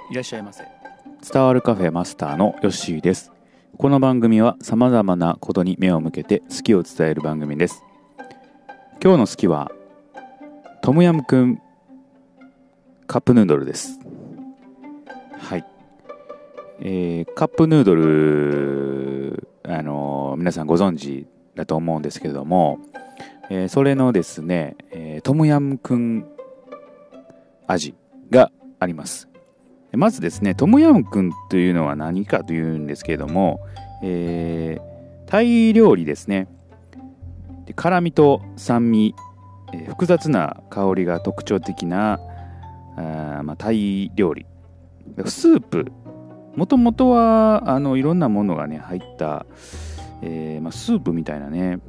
いらっしゃいませ。伝わるカフェマスターのヨッシーです。この番組はさまざまなことに目を向けて好きを伝える番組です。今日の好きはトムヤムクンカップヌードルです。はい、カップヌードル皆さんご存知だと思うんですけれども、それのですね、トムヤムクン味があります。まずですね、トムヤムクンというのは何かというんですけれども、タイ料理ですね。で、辛みと酸味、複雑な香りが特徴的なタイ料理。スープ、もともとはいろんなものがね入った、スープみたいなね、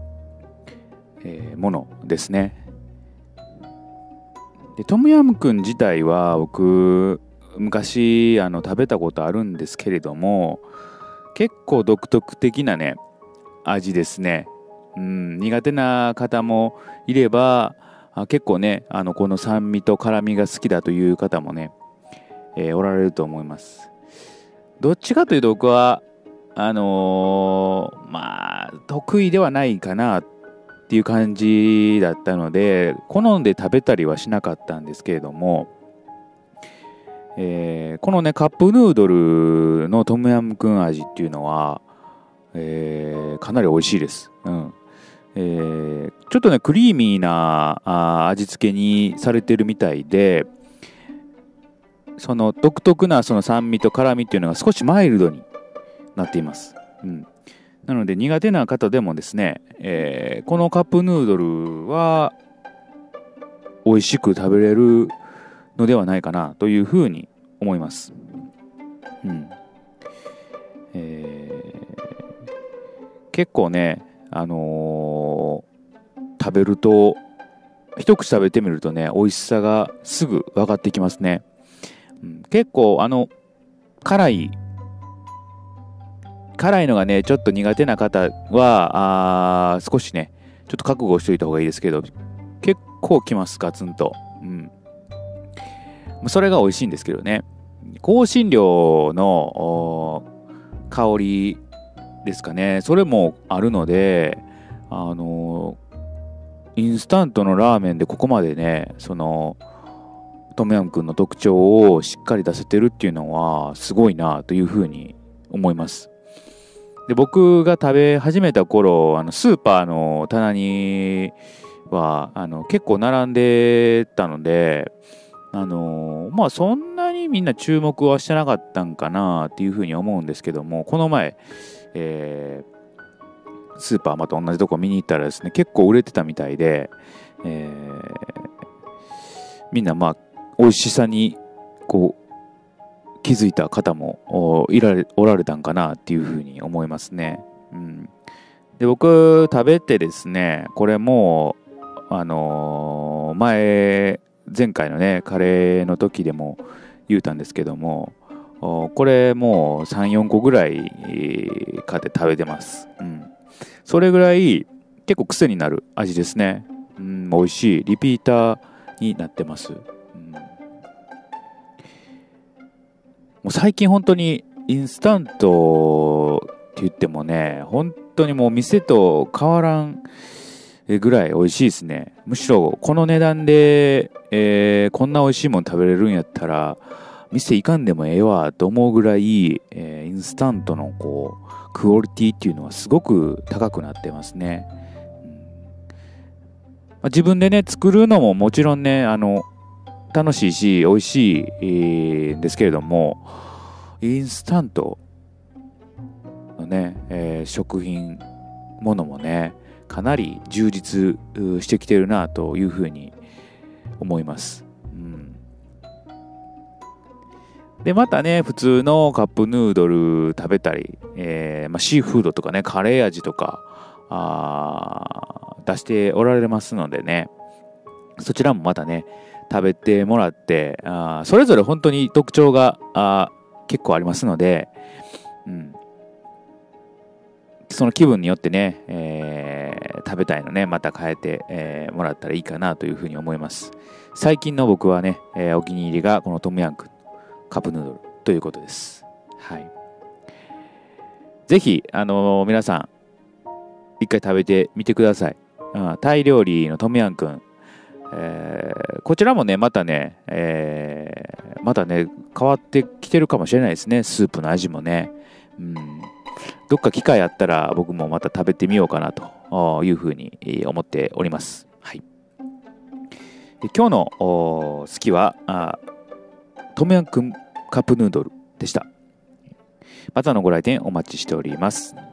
ものですね。でトムヤムクン自体は僕昔食べたことあるんですけれども、結構独特的なね味ですね。苦手な方もいれば、結構ねこの酸味と辛みが好きだという方もね、おられると思います。どっちかというと僕は得意ではないかなっていう感じだったので、好んで食べたりはしなかったんですけれども、このねカップヌードルのトムヤムクン味っていうのは、かなり美味しいです。ちょっとねクリーミーな味付けにされてるみたいで、その独特なその酸味と辛みっていうのが少しマイルドになっています。なので苦手な方でもですね、このカップヌードルは美味しく食べれるのではないかなというふうに思います。結構ね、食べると一口食べてみるとね美味しさがすぐ分かってきますね。結構辛いのがねちょっと苦手な方は少しねちょっと覚悟しておいた方がいいですけど、結構きますガツンと。それが美味しいんですけどね、香辛料の香りですかね、それもあるので、インスタントのラーメンでここまでねそのトムヤムクンの特徴をしっかり出せてるっていうのはすごいなというふうに思います。で、僕が食べ始めた頃スーパーの棚には結構並んでたので、そんなにみんな注目はしてなかったんかなっていうふうに思うんですけども、この前、スーパーまた同じとこ見に行ったらですね結構売れてたみたいで、みんな美味しさにこう気づいた方もおられたんかなっていうふうに思いますね。で、僕食べてですね、これも前回のねカレーの時でも言うたんですけども、これもう 3,4 個ぐらい買って食べてます。それぐらい結構癖になる味ですね。美味しいリピーターになってます。もう最近本当にインスタントって言ってもね本当にもう店と変わらんぐらい美味しいですね。むしろこの値段で、こんな美味しいもの食べれるんやったら店行かんでもええわと思うぐらい、インスタントのこうクオリティっていうのはすごく高くなってますね。自分でね作るのももちろんね楽しいし美味しい、んですけれども、インスタントのね、食品ものもねかなり充実してきてるなというふうに思います。でまたね普通のカップヌードル食べたり、シーフードとかねカレー味とか出しておられますのでね、そちらもまたね食べてもらって、それぞれ本当に特徴が結構ありますので、その気分によってね、食べたいのねまた変えて、もらったらいいかなというふうに思います。最近の僕はね、お気に入りがこのトムヤムクンカップヌードルということです。はい。ぜひ、皆さん、一回食べてみてください。タイ料理のトムヤンくん。こちらもね、またね、変わってきてるかもしれないですね。スープの味もね。どっか機会あったら僕もまた食べてみようかなというふうに思っております。はい。で今日の好きはトムヤンくんカップヌードルでした。またのご来店お待ちしております。